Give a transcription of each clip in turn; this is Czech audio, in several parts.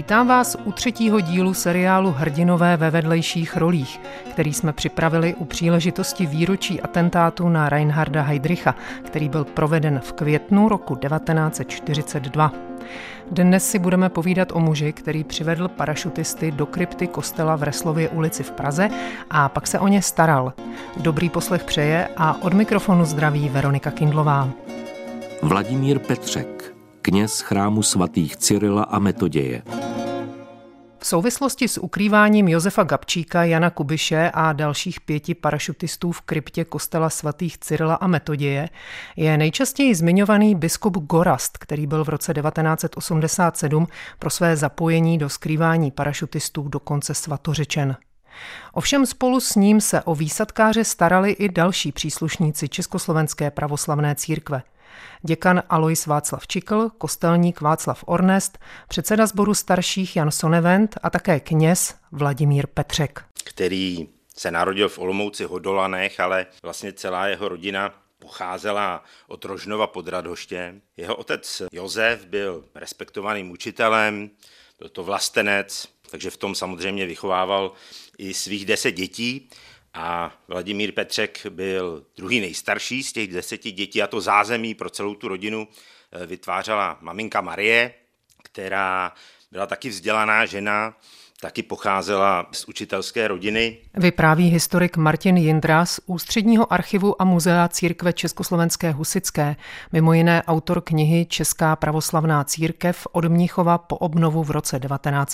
Vítám vás u 3. dílu seriálu Hrdinové ve vedlejších rolích, který jsme připravili u příležitosti výročí atentátu na Reinharda Heydricha, který byl proveden v květnu roku 1942. Dnes si budeme povídat o muži, který přivedl parašutisty do krypty kostela v Resslově ulici v Praze a pak se o ně staral. Dobrý poslech přeje a od mikrofonu zdraví Veronika Kindlová. Vladimír Petřek, kněz chrámu svatých Cyrila a Metoděje. V souvislosti s ukrýváním Josefa Gabčíka, Jana Kubiše a dalších 5 parašutistů v kryptě kostela svatých Cyrila a Metoděje je nejčastěji zmiňovaný biskup Gorazd, který byl v roce 1987 pro své zapojení do skrývání parašutistů dokonce svatořečen. Ovšem spolu s ním se o výsadkáře starali i další příslušníci Československé pravoslavné církve. Děkan Alois Václav Čikl, kostelník Václav Ornest, předseda sboru starších Jan Sonevent a také kněz Vladimír Petřek. Který se narodil v Olomouci Hodolanech, ale vlastně celá jeho rodina pocházela od Rožnova pod Radhoštěm. Jeho otec Josef byl respektovaným učitelem, byl to vlastenec, takže v tom samozřejmě vychovával i svých 10 dětí. A Vladimír Petřek byl druhý nejstarší z těch 10 dětí a to zázemí pro celou tu rodinu vytvářela maminka Marie, která byla taky vzdělaná žena, taky pocházela z učitelské rodiny. Vypráví historik Martin Jindra z Ústředního archivu a muzea církve Československé husitské, mimo jiné autor knihy Česká pravoslavná církev od Mnichova po obnovu v roce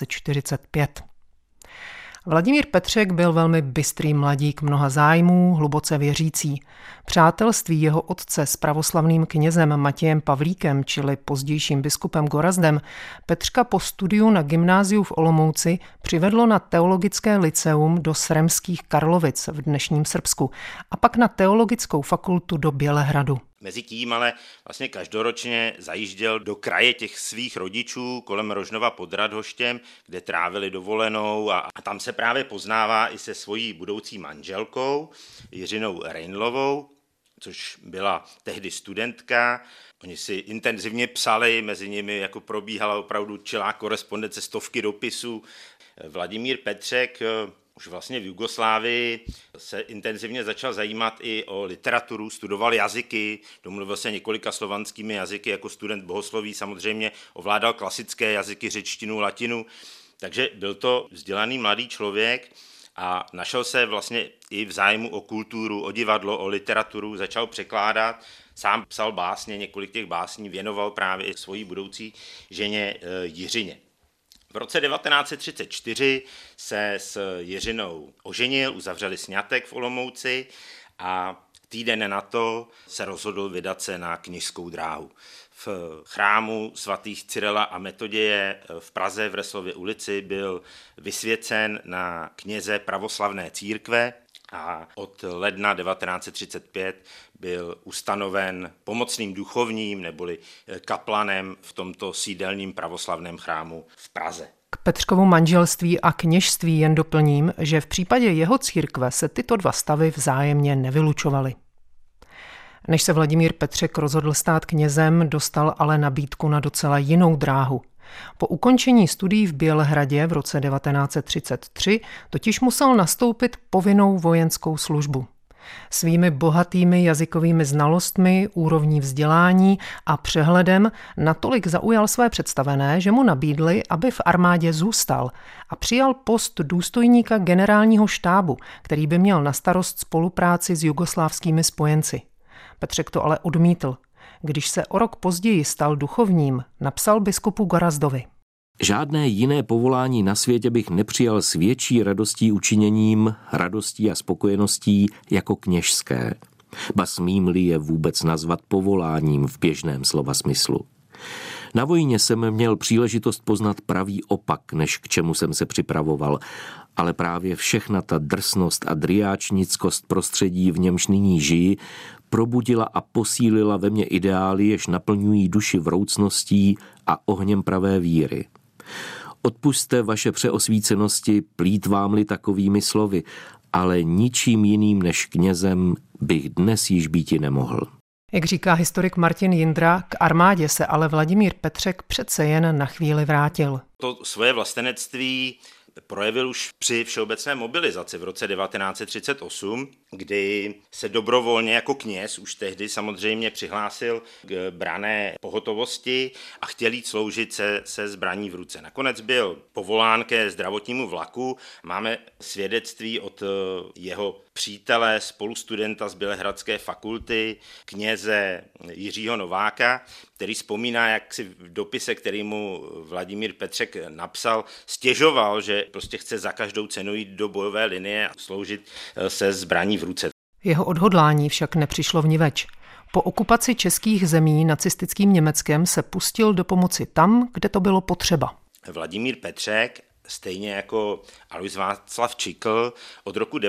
1945. Vladimír Petřek byl velmi bystrý mladík mnoha zájmů, hluboce věřící. Přátelství jeho otce s pravoslavným knězem Matějem Pavlíkem, čili pozdějším biskupem Gorazdem, Petřka po studiu na gymnáziu v Olomouci přivedlo na teologické lyceum do Sremských Karlovic v dnešním Srbsku a pak na teologickou fakultu do Bělehradu. Mezitím ale vlastně každoročně zajížděl do kraje těch svých rodičů kolem Rožnova pod Radhoštěm, kde trávili dovolenou a tam se právě poznává i se svojí budoucí manželkou Jiřinou Reinlovou, což byla tehdy studentka. Oni si intenzivně psali, mezi nimi jako probíhala opravdu čilá korespondence, stovky dopisů. Vladimír Petřek už vlastně v Jugoslávii se intenzivně začal zajímat i o literaturu, studoval jazyky, domluvil se několika slovanskými jazyky, jako student bohosloví samozřejmě ovládal klasické jazyky, řečtinu, latinu, takže byl to vzdělaný mladý člověk a našel se vlastně i v zájmu o kulturu, o divadlo, o literaturu, začal překládat, sám psal básně, několik těch básní věnoval právě i svojí budoucí ženě Jiřině. V roce 1934 se s Jiřinou oženil, uzavřeli sňatek v Olomouci a týden na to se rozhodl vydat se na kněžskou dráhu. V chrámu svatých Cyrila a Metoděje v Praze v Resslově ulici byl vysvěcen na kněze pravoslavné církve a od ledna 1935 byl ustanoven pomocným duchovním neboli kaplanem v tomto sídelním pravoslavném chrámu v Praze. K Petřkovu manželství a kněžství jen doplním, že v případě jeho církve se tyto dva stavy vzájemně nevylučovaly. Než se Vladimír Petřek rozhodl stát knězem, dostal ale nabídku na docela jinou dráhu. Po ukončení studií v Bělehradě v roce 1933 totiž musel nastoupit povinnou vojenskou službu. Svými bohatými jazykovými znalostmi, úrovní vzdělání a přehledem natolik zaujal své představené, že mu nabídli, aby v armádě zůstal a přijal post důstojníka generálního štábu, který by měl na starost spolupráci s jugoslávskými spojenci. Petřek to ale odmítl. Když se o rok později stal duchovním, napsal biskupu Gorazdovi. Žádné jiné povolání na světě bych nepřijal s větší radostí učiněním, radostí a spokojeností jako kněžské. Ba smím-li je vůbec nazvat povoláním v běžném slova smyslu. Na vojně jsem měl příležitost poznat pravý opak, než k čemu jsem se připravoval, ale právě všechna ta drsnost a driáčnickost prostředí, v němž nyní žiji, probudila a posílila ve mně ideály, jež naplňují duši vroucností a ohněm pravé víry. Odpusťte vaše přeosvícenosti, plýtvám-li takovými slovy, ale ničím jiným než knězem bych dnes již býti nemohl. Jak říká historik Martin Jindra, k armádě se ale Vladimír Petřek přece jen na chvíli vrátil. To svoje vlastenectví projevil už při všeobecné mobilizaci v roce 1938, kdy se dobrovolně jako kněz už tehdy samozřejmě přihlásil k branné pohotovosti a chtěl jít sloužit se zbraní v ruce. Nakonec byl povolán ke zdravotnímu vlaku. Máme svědectví od jeho přítele, spolustudenta z Bělehradské fakulty, kněze Jiřího Nováka, který vzpomíná, jak si v dopise, který mu Vladimír Petřek napsal, stěžoval, že prostě chce za každou cenu jít do bojové linie a sloužit se zbraní v ruce. Jeho odhodlání však nepřišlo vniveč. Po okupaci českých zemí nacistickým Německem se pustil do pomoci tam, kde to bylo potřeba. Vladimír Petřek, stejně jako Alois Václav Čikl, od roku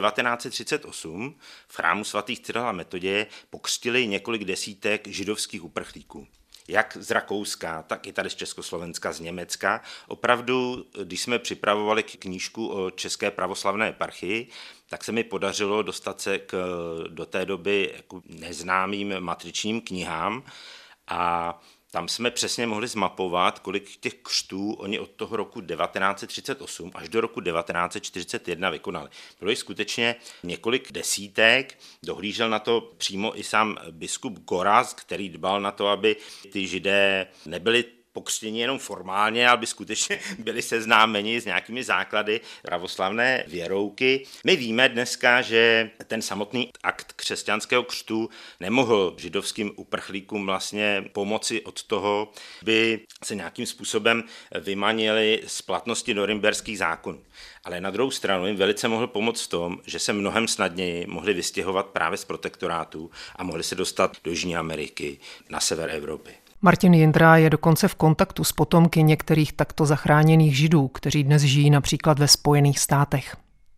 1938 v chrámu svatých Cyrila a Metoděje pokřtili několik desítek židovských uprchlíků. Jak z Rakouska, tak i tady z Československa, z Německa. Opravdu, když jsme připravovali knížku o České pravoslavné eparchii, tak se mi podařilo dostat se do té doby jako neznámým matričním knihám a tam jsme přesně mohli zmapovat, kolik těch křtů oni od toho roku 1938 až do roku 1941 vykonali. Bylo jich skutečně několik desítek, dohlížel na to přímo i sám biskup Gorazd, který dbal na to, aby ty Židé nebyli pokřtěni jenom formálně, aby skutečně byli seznámeni s nějakými základy pravoslavné věrouky. My víme dneska, že ten samotný akt křesťanského křtu nemohl židovským uprchlíkům vlastně pomoci od toho, by se nějakým způsobem vymanili z platnosti norimberských zákonů. Ale na druhou stranu jim velice mohl pomoct v tom, že se mnohem snadněji mohli vystěhovat právě z protektorátů a mohli se dostat do Jižní Ameriky, na sever Evropy. Martin Jindra je dokonce v kontaktu s potomky některých takto zachráněných Židů, kteří dnes žijí například ve Spojených státech.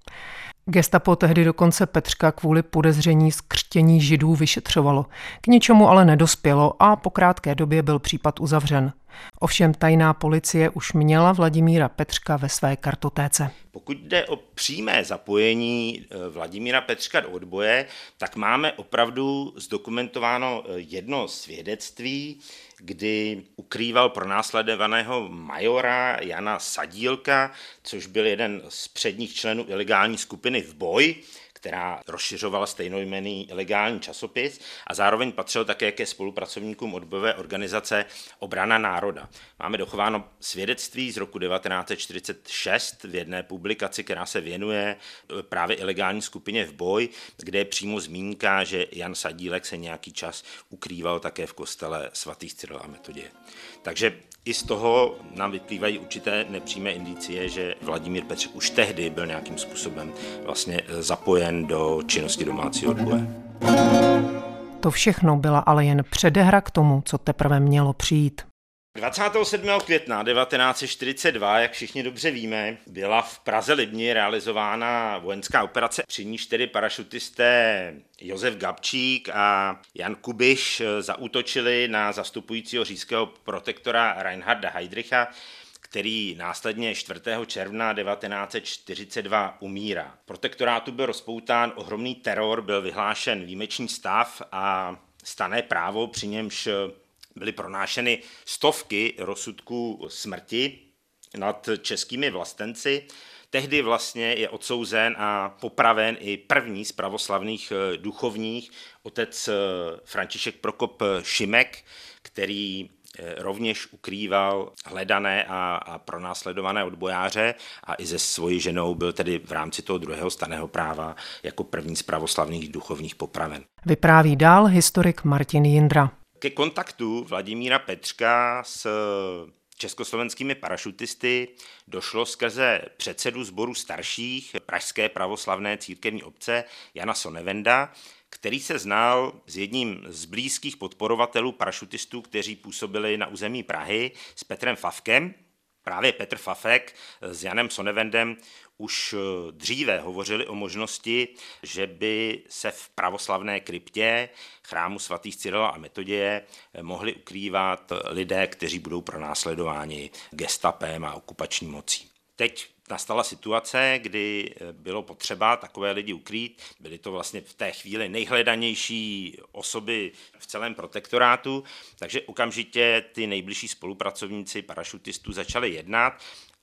Gestapo tehdy dokonce Petřka kvůli podezření z křtění Židů vyšetřovalo. K ničemu ale nedospělo a po krátké době byl případ uzavřen. Ovšem tajná policie už měla Vladimíra Petřka ve své kartotéce. Pokud jde o přímé zapojení Vladimíra Petřka do odboje, tak máme opravdu zdokumentováno jedno svědectví, kdy ukrýval pronásledovaného majora Jana Sadílka, což byl jeden z předních členů ilegální skupiny V boj, která rozšiřovala stejnojmenný ilegální časopis a zároveň patřil také ke spolupracovníkům odbojové organizace Obrana národa. Máme dochováno svědectví z roku 1946 v jedné publikaci, která se věnuje právě ilegální skupině V boj, kde je přímo zmínka, že Jan Sadílek se nějaký čas ukrýval také v kostele svatých Cyrila a Metoděje. Takže i z toho nám vyplývají určité nepřímé indicie, že Vladimír Petřek už tehdy byl nějakým způsobem vlastně zapojen do činnosti domácího odboje. To všechno byla ale jen předehra k tomu, co teprve mělo přijít. 27. května 1942, jak všichni dobře víme, byla v Praze-Libni realizována vojenská operace, při níž tedy parašutisté Josef Gabčík a Jan Kubiš zaútočili na zastupujícího říšského protektora Reinharda Heydricha, který následně 4. června 1942 umírá. Protektorátu byl rozpoután ohromný teror, byl vyhlášen výjimečný stav a stanné právo, při němž byly pronášeny stovky rozsudků smrti nad českými vlastenci. Tehdy vlastně je odsouzen a popraven i první z pravoslavných duchovních, otec František Prokop Šimek, který rovněž ukrýval hledané a pronásledované odbojáře a i se svojí ženou byl tedy v rámci toho druhého stanného práva jako první z pravoslavných duchovních popraven. Vypráví dál historik Martin Jindra. Ke kontaktu Vladimíra Petřka s československými parašutisty došlo skrze předsedu sboru starších Pražské pravoslavné církevní obce Jana Sonnevenda, který se znal s jedním z blízkých podporovatelů parašutistů, kteří působili na území Prahy, s Petrem Fafkem. Právě Petr Fafek s Janem Sonnevendem už dříve hovořili o možnosti, že by se v pravoslavné kryptě chrámu svatých Cyrila a Metoděje mohli ukrývat lidé, kteří budou pronásledováni gestapem a okupační mocí. Teď nastala situace, kdy bylo potřeba takové lidi ukrýt. Byly to vlastně v té chvíli nejhledanější osoby v celém protektorátu, takže okamžitě ty nejbližší spolupracovníci parašutistů začali jednat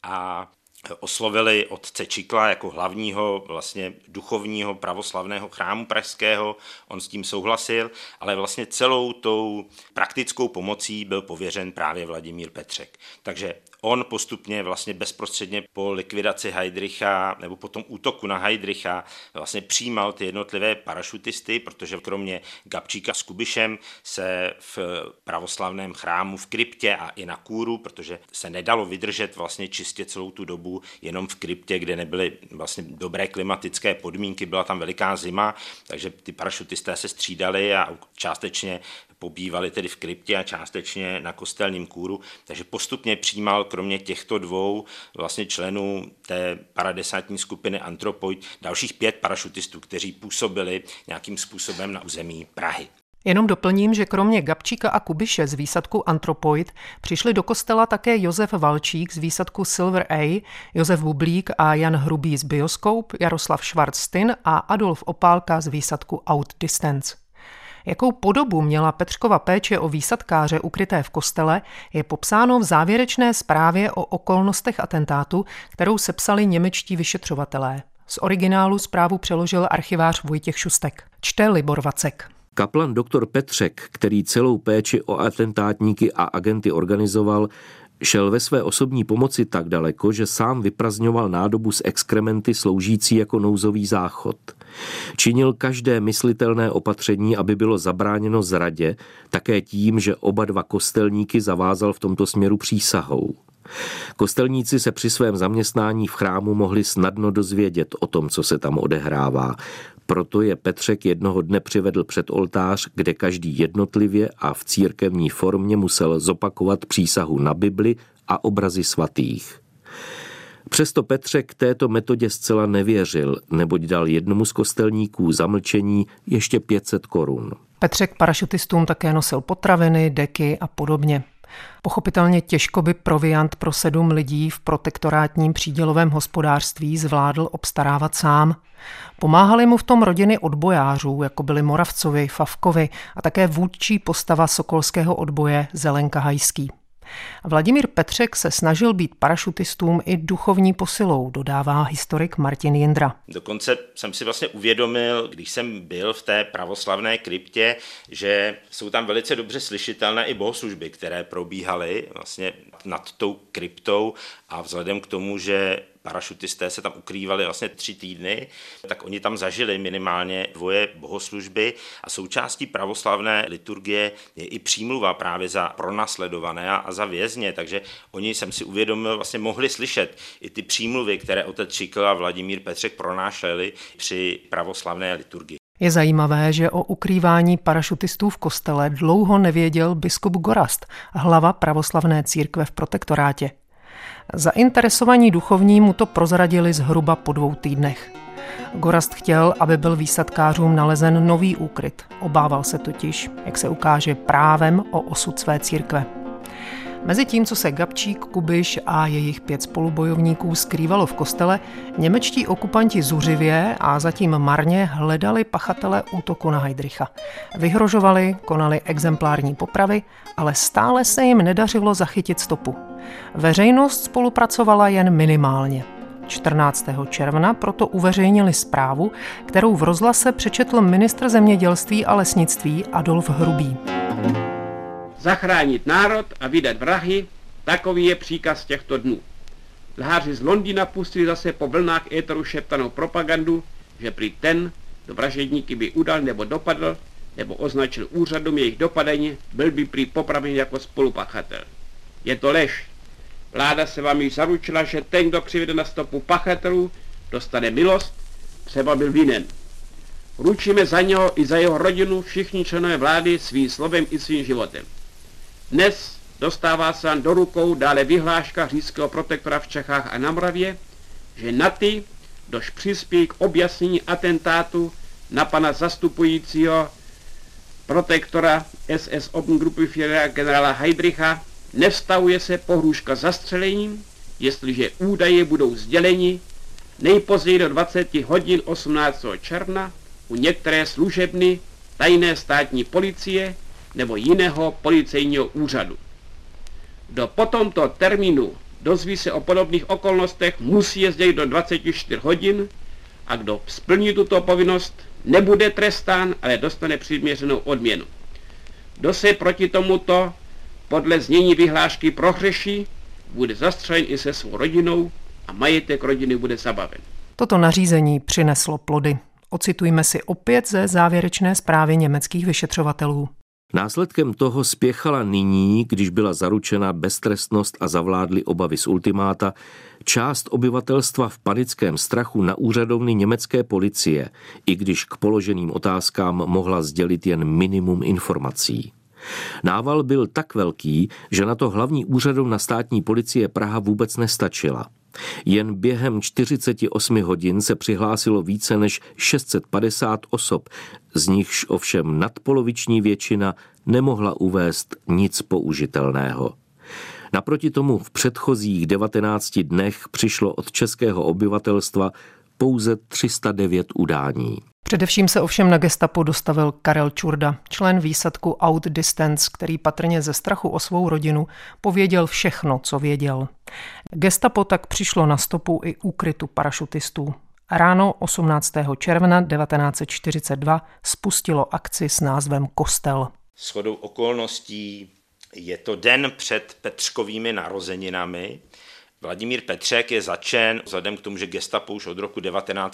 a oslovili otce Čikla jako hlavního vlastně duchovního pravoslavného chrámu pražského. On s tím souhlasil, ale vlastně celou tou praktickou pomocí byl pověřen právě Vladimír Petřek. Takže on postupně vlastně bezprostředně po likvidaci Heydricha nebo po tom útoku na Heydricha vlastně přijímal ty jednotlivé parašutisty, protože kromě Gabčíka s Kubišem se v pravoslavném chrámu v kryptě a i na kůru, protože se nedalo vydržet vlastně čistě celou tu dobu jenom v kryptě, kde nebyly vlastně dobré klimatické podmínky, byla tam veliká zima, takže ty parašutisté se střídali a částečně pobývali tedy v kryptě a částečně na kostelním kůru, takže postupně přijímal kromě těchto dvou vlastně členů té paradesátní skupiny Antropoid dalších 5 parašutistů, kteří působili nějakým způsobem na území Prahy. Jenom doplním, že kromě Gabčíka a Kubiše z výsadku Antropoid přišli do kostela také Josef Valčík z výsadku Silver A, Josef Bublík a Jan Hrubý z Bioskoup, Jaroslav Schwarz-Styn a Adolf Opálka z výsadku Outdistance. Jakou podobu měla Petřkova péče o výsadkáře ukryté v kostele, je popsáno v závěrečné zprávě o okolnostech atentátu, kterou sepsali němečtí vyšetřovatelé. Z originálu zprávu přeložil archivář Vojtěch Šustek. Čte Libor Vacek. Kaplan doktor Petřek, který celou péči o atentátníky a agenty organizoval, šel ve své osobní pomoci tak daleko, že sám vyprazňoval nádobu s exkrementy sloužící jako nouzový záchod. Činil každé myslitelné opatření, aby bylo zabráněno zradě, také tím, že oba dva kostelníky zavázal v tomto směru přísahou. Kostelníci se při svém zaměstnání v chrámu mohli snadno dozvědět o tom, co se tam odehrává. Proto je Petřek jednoho dne přivedl před oltář, kde každý jednotlivě a v církevní formě musel zopakovat přísahu na Bibli a obrazy svatých. Přesto Petřek této metodě zcela nevěřil, neboť dal jednomu z kostelníků za mlčení ještě 500 korun. Petřek parašutistům také nosil potraviny, deky a podobně. Pochopitelně těžko by proviant pro 7 lidí v protektorátním přídělovém hospodářství zvládl obstarávat sám. Pomáhali mu v tom rodiny odbojářů, jako byli Moravcovi, Favkovi a také vůdčí postava sokolského odboje Zelenka Hajský. Vladimír Petřek se snažil být parašutistům i duchovní posilou, dodává historik Martin Jindra. Dokonce jsem si vlastně uvědomil, když jsem byl v té pravoslavné kryptě, že jsou tam velice dobře slyšitelné i bohoslužby, které probíhaly vlastně nad tou kryptou a vzhledem k tomu, že parašutisté se tam ukrývali vlastně 3 týdny, tak oni tam zažili minimálně 2 bohoslužby a součástí pravoslavné liturgie je i přímluva právě za pronásledované a za vězně, takže oni, jsem si uvědomil, vlastně mohli slyšet i ty přímluvy, které otec Čikl a Vladimír Petřek pronášeli při pravoslavné liturgii. Je zajímavé, že o ukrývání parašutistů v kostele dlouho nevěděl biskup Gorast, hlava pravoslavné církve v protektorátě. Zainteresovaní duchovní mu to prozradili zhruba po 2 týdnech. Gorast chtěl, aby byl výsadkářům nalezen nový úkryt. Obával se totiž, jak se ukáže, právem o osud své církve. Mezitím, co se Gabčík, Kubiš a jejich 5 spolubojovníků skrývalo v kostele, němečtí okupanti zuřivě a zatím marně hledali pachatele útoku na Heydricha. Vyhrožovali, konali exemplární popravy, ale stále se jim nedařilo zachytit stopu. Veřejnost spolupracovala jen minimálně. 14. června proto uveřejnili zprávu, kterou v rozhlase přečetl ministr zemědělství a lesnictví Adolf Hrubý. Zachránit národ a vydat vrahy, takový je příkaz těchto dnů. Lháři z Londýna pustili zase po vlnách éteru šeptanou propagandu, že prý ten, kdo vražedníky by udal nebo dopadl, nebo označil úřadům jejich dopadení, byl by prý popraven jako spolupachatel. Je to lež. Vláda se vám již zaručila, že ten, kdo přivede na stopu pachatelů, dostane milost, třeba byl vinen. Ručíme za něho i za jeho rodinu všichni členové vlády svým slovem i svým životem. Dnes dostává se vám do rukou dále vyhláška říšského protektora v Čechách a na Moravě, že na ty, kdož přispějí k objasnění atentátu na pana zastupujícího protektora SS Obergruppenführera generála Heydricha, nevztahuje se pohrůžka zastřelením, jestliže údaje budou sděleni nejpozději do 20 hodin 18. června u některé služebny tajné státní policie nebo jiného policejního úřadu. Do potomto termínu dozví se o podobných okolnostech, musí je sdělit do 24 hodin a kdo splní tuto povinnost, nebude trestán, ale dostane přiměřenou odměnu. Kdo se proti tomuto podle znění vyhlášky prohřeší, bude zastřelen i se svou rodinou a majetek rodiny bude zabaven. Toto nařízení přineslo plody. Ocitujme si opět ze závěrečné zprávy německých vyšetřovatelů. Následkem toho spěchala nyní, když byla zaručena beztrestnost a zavládly obavy z ultimáta, část obyvatelstva v panickém strachu na úřadovny německé policie, i když k položeným otázkám mohla sdělit jen minimum informací. Nával byl tak velký, že na to hlavní úřadovna státní policie Praha vůbec nestačila. Jen během 48 hodin se přihlásilo více než 650 osob, z nichž ovšem nadpoloviční většina nemohla uvést nic použitelného. Naproti tomu v předchozích 19 dnech přišlo od českého obyvatelstva pouze 309 udání. Především se ovšem na gestapo dostavil Karel Čurda, člen výsadku Outdistance, který patrně ze strachu o svou rodinu pověděl všechno, co věděl. Gestapo tak přišlo na stopu i úkrytu parašutistů. Ráno 18. června 1942 spustilo akci s názvem Kostel. Shodou okolností je to den před Petřkovými narozeninami. Vladimír Petřek je zatčen vzhledem k tomu, že gestapo už od roku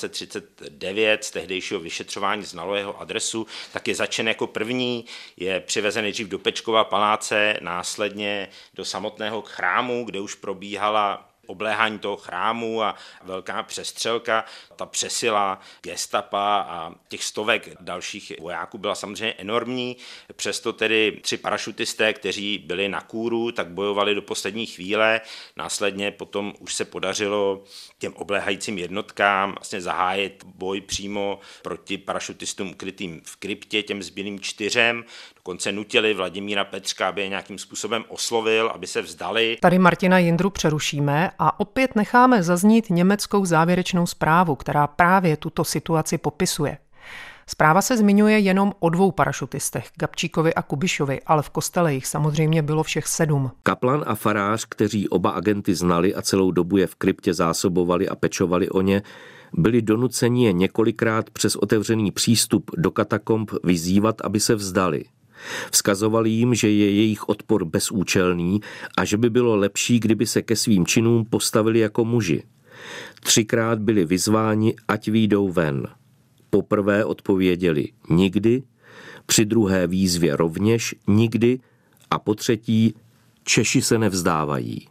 1939 z tehdejšího vyšetřování znalo jeho adresu, tak je zatčen jako první, je přivezen nejdřív do Pečkova paláce, následně do samotného chrámu, kde už probíhala obléhání toho chrámu a velká přestřelka. Ta přesila gestapa a těch stovek dalších vojáků byla samozřejmě enormní. Přesto tedy 3 parašutisté, kteří byli na kůru, tak bojovali do poslední chvíle. Následně potom už se podařilo těm obléhajícím jednotkám vlastně zahájit boj přímo proti parašutistům ukrytým v kryptě, těm zbylým 4. Dokonce nutili Vladimíra Petřka, aby je nějakým způsobem oslovil, aby se vzdali. Tady Martina Jindru přerušíme a opět necháme zaznít německou závěrečnou zprávu, která právě tuto situaci popisuje. Zpráva se zmiňuje jenom o 2 parašutistech, Gabčíkovi a Kubišovi, ale v kostele jich samozřejmě bylo všech 7. Kaplan a farář, kteří oba agenty znali a celou dobu je v kryptě zásobovali a pečovali o ně, byli donuceni je několikrát přes otevřený přístup do katakomb vyzývat, aby se vzdali. Vzkazovali jim, že je jejich odpor bezúčelný a že by bylo lepší, kdyby se ke svým činům postavili jako muži. 3krát byli vyzváni, ať vyjdou ven. Poprvé odpověděli nikdy, při druhé výzvě rovněž nikdy a po třetí Češi se nevzdávají.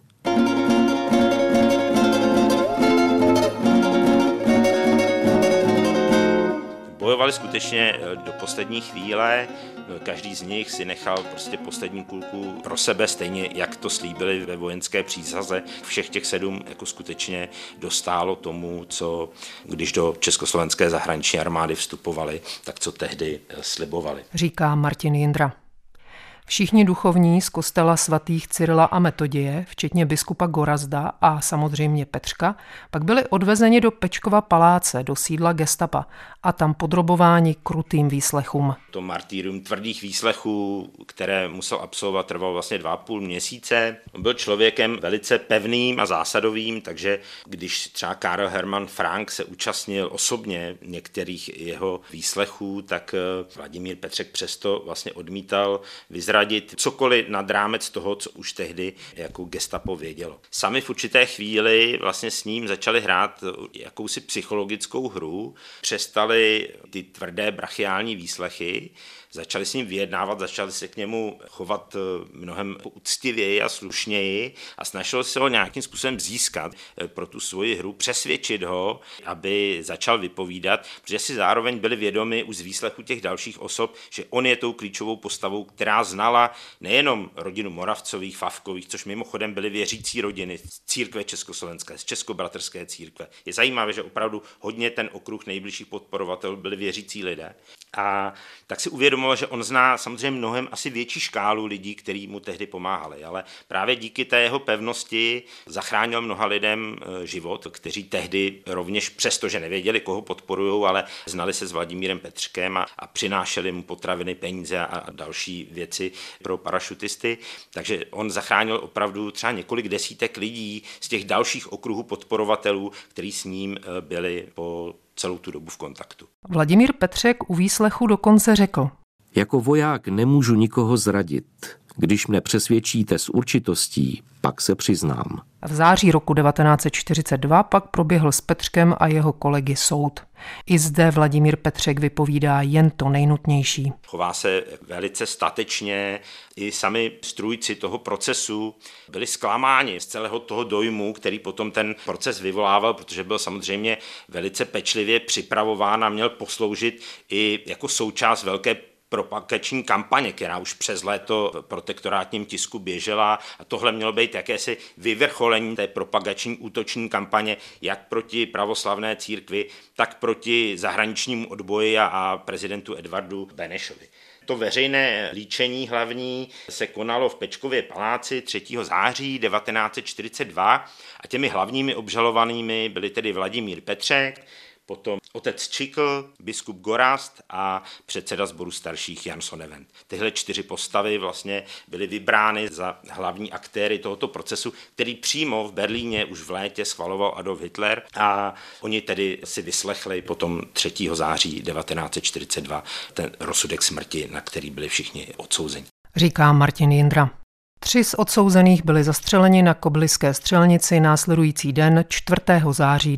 Bojovali skutečně do poslední chvíle, každý z nich si nechal prostě poslední kulku pro sebe, stejně jak to slíbili ve vojenské přísaze. Všech těch 7 jako skutečně dostálo tomu, co když do československé zahraniční armády vstupovali, tak co tehdy slibovali. Říká Martin Jindra. Všichni duchovní z kostela svatých Cyrila a Metoděje, včetně biskupa Gorazda a samozřejmě Petřka, pak byli odvezeni do Pečkova paláce, do sídla gestapa a tam podrobováni krutým výslechům. To martýrium tvrdých výslechů, které musel absolvovat, trvalo vlastně 2,5 měsíce. On byl člověkem velice pevným a zásadovým, takže když třeba Karl Hermann Frank se účastnil osobně některých jeho výslechů, tak Vladimír Petřek přesto vlastně odmítal vyzradit cokoliv nad rámec toho, co už tehdy jako gestapo vědělo. Sami v určité chvíli vlastně s ním začali hrát jakousi psychologickou hru, přestali ty tvrdé brachiální výslechy, začali s ním vyjednávat, začali se k němu chovat mnohem úctivěji a slušněji a snažili se ho nějakým způsobem získat pro tu svoji hru, přesvědčit ho, aby začal vypovídat, protože si zároveň byli vědomi už z výslechu těch dalších osob, že on je tou klíčovou postavou, která znala nejenom rodinu Moravcových, Favkových, což mimochodem byly věřící rodiny z církve československé, z českobratrské církve. Je zajímavé, že opravdu hodně ten okruh nejbližších podporovatelů byli věřící lidé. A tak si uvědomoval, uvědomoval, že on zná samozřejmě mnohem asi větší škálu lidí, kteří mu tehdy pomáhali, ale právě díky té jeho pevnosti zachránil mnoha lidem život, kteří tehdy rovněž přesto, že nevěděli, koho podporujou, ale znali se s Vladimírem Petřkem a přinášeli mu potraviny, peníze a další věci pro parašutisty. Takže on zachránil opravdu třeba několik desítek lidí z těch dalších okruhů podporovatelů, kteří s ním byli po celou tu dobu v kontaktu. Vladimír Petřek u výslechu dokonce řekl: Jako voják nemůžu nikoho zradit. Když mne přesvědčíte s určitostí, pak se přiznám. V září roku 1942 pak proběhl s Petřkem a jeho kolegy soud. I zde Vladimír Petřek vypovídá jen to nejnutnější. Chová se velice statečně, i sami strůjci toho procesu byli zklamáni z celého toho dojmu, který potom ten proces vyvolával, protože byl samozřejmě velice pečlivě připravován a měl posloužit i jako součást velké propagační kampaně, která už přes léto v protektorátním tisku běžela, a tohle mělo být jakési vyvrcholení té propagační útoční kampaně jak proti pravoslavné církvi, tak proti zahraničnímu odboji a prezidentu Edvardu Benešovi. To veřejné líčení hlavní se konalo v Pečkově paláci 3. září 1942 a těmi hlavními obžalovanými byli tedy Vladimír Petřek, potom otec Čikl, biskup Gorazd a předseda sboru starších Jan Sonnevent. Tyhle 4 postavy vlastně byly vybrány za hlavní aktéry tohoto procesu, který přímo v Berlíně už v létě schvaloval Adolf Hitler, a oni tedy si vyslechli potom 3. září 1942 ten rozsudek smrti, na který byli všichni odsouzeni. Říká Martin Jindra. 3 z odsouzených byli zastřeleni na Kobyliské střelnici následující den 4. září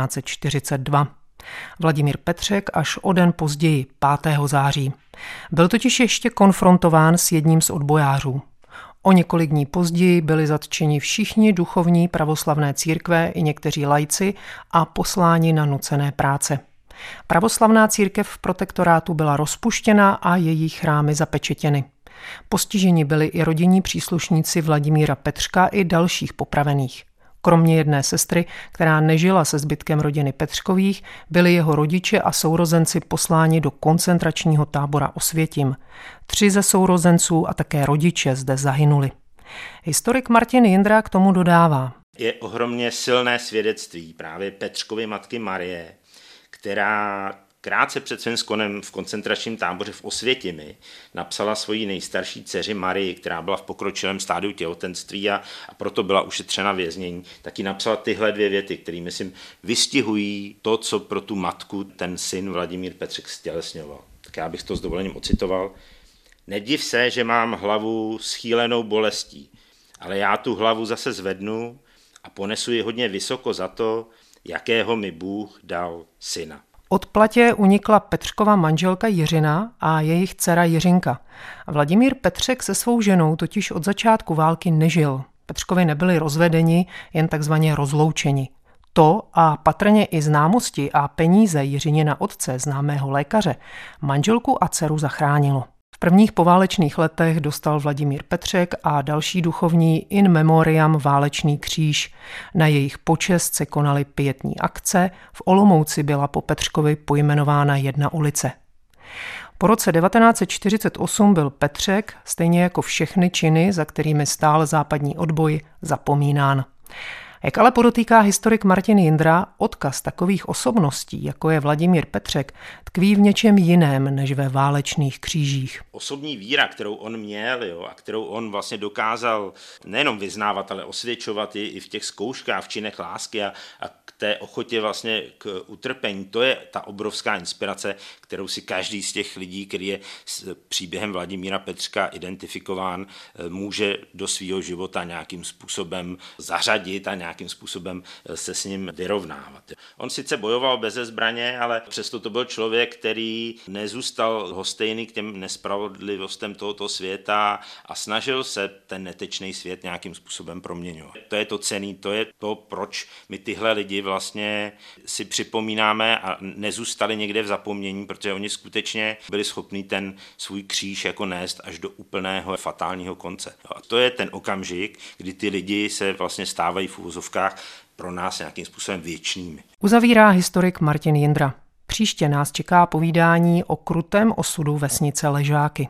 1942. Vladimír Petřek až o den později, 5. září. Byl totiž ještě konfrontován s jedním z odbojářů. O několik dní později byli zatčeni všichni duchovní pravoslavné církve i někteří laici a posláni na nucené práce. Pravoslavná církev v protektorátu byla rozpuštěna a její chrámy zapečetěny. Postiženi byli i rodinní příslušníci Vladimíra Petřka i dalších popravených. Kromě jedné sestry, která nežila se zbytkem rodiny Petřkových, byli jeho rodiče a sourozenci posláni do koncentračního tábora Osvětim. 3 ze sourozenců a také rodiče zde zahynuli. Historik Martin Jindra k tomu dodává: Je ohromně silné svědectví právě Petřkovy matky Marie, která krátce před svým skonem v koncentračním táboře v Osvětimi napsala svojí nejstarší dceři Marii, která byla v pokročilém stádiu těhotenství a proto byla ušetřena věznění, taky napsala tyhle 2 věty, které, myslím, vystihují to, co pro tu matku ten syn Vladimír Petřek stělesňoval. Tak já bych to s dovolením ocitoval. Nediv se, že mám hlavu schýlenou bolestí, ale já tu hlavu zase zvednu a ponesu ji hodně vysoko za to, jakého mi Bůh dal syna. Odplatě unikla Petřkova manželka Jiřina a jejich dcera Jiřinka. Vladimír Petřek se svou ženou totiž od začátku války nežil. Petřkovi nebyli rozvedeni, jen takzvaně rozloučeni. To a patrně i známosti a peníze Jiřinina otce, známého lékaře, manželku a dceru zachránilo. V prvních poválečných letech dostal Vladimír Petřek a další duchovní in memoriam válečný kříž. Na jejich počest se konaly pietní akce, v Olomouci byla po Petřkovi pojmenována jedna ulice. Po roce 1948 byl Petřek, stejně jako všechny činy, za kterými stál západní odboj, zapomínán. Jak ale podotýká historik Martin Jindra, odkaz takových osobností, jako je Vladimír Petřek, tkví v něčem jiném než ve válečných křížích. Osobní víra, kterou on měl, a kterou on vlastně dokázal nejenom vyznávat, ale osvědčovat i v těch zkouškách, v činech lásky a k té ochotě vlastně k utrpení, to je ta obrovská inspirace, kterou si každý z těch lidí, který je s příběhem Vladimíra Petřka identifikován, může do svého života nějakým způsobem zařadit a nějakým způsobem se s ním vyrovnávat. On sice bojoval beze zbraně, ale přesto to byl člověk, který nezůstal lhostejný k těm nespravedlivostem tohoto světa a snažil se ten netečný svět nějakým způsobem proměňovat. To je to cenný, to je to, proč my tyhle lidi vlastně si připomínáme a nezůstali někde v zapomnění, protože oni skutečně byli schopni ten svůj kříž jako nést až do úplného fatálního konce. A to je ten okamžik, kdy ty lidi se vlastně stávají v uvozovkách pro nás nějakým způsobem věčnými. Uzavírá historik Martin Jindra. Příště nás čeká povídání o krutém osudu vesnice Ležáky.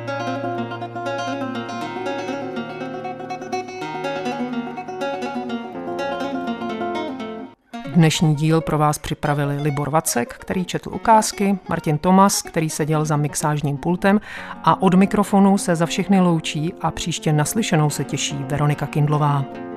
Dnešní díl pro vás připravili Libor Vacek, který četl ukázky, Martin Tomas, který seděl za mixážním pultem, a od mikrofonu se za všechny loučí a příště naslyšenou se těší Veronika Kindlová.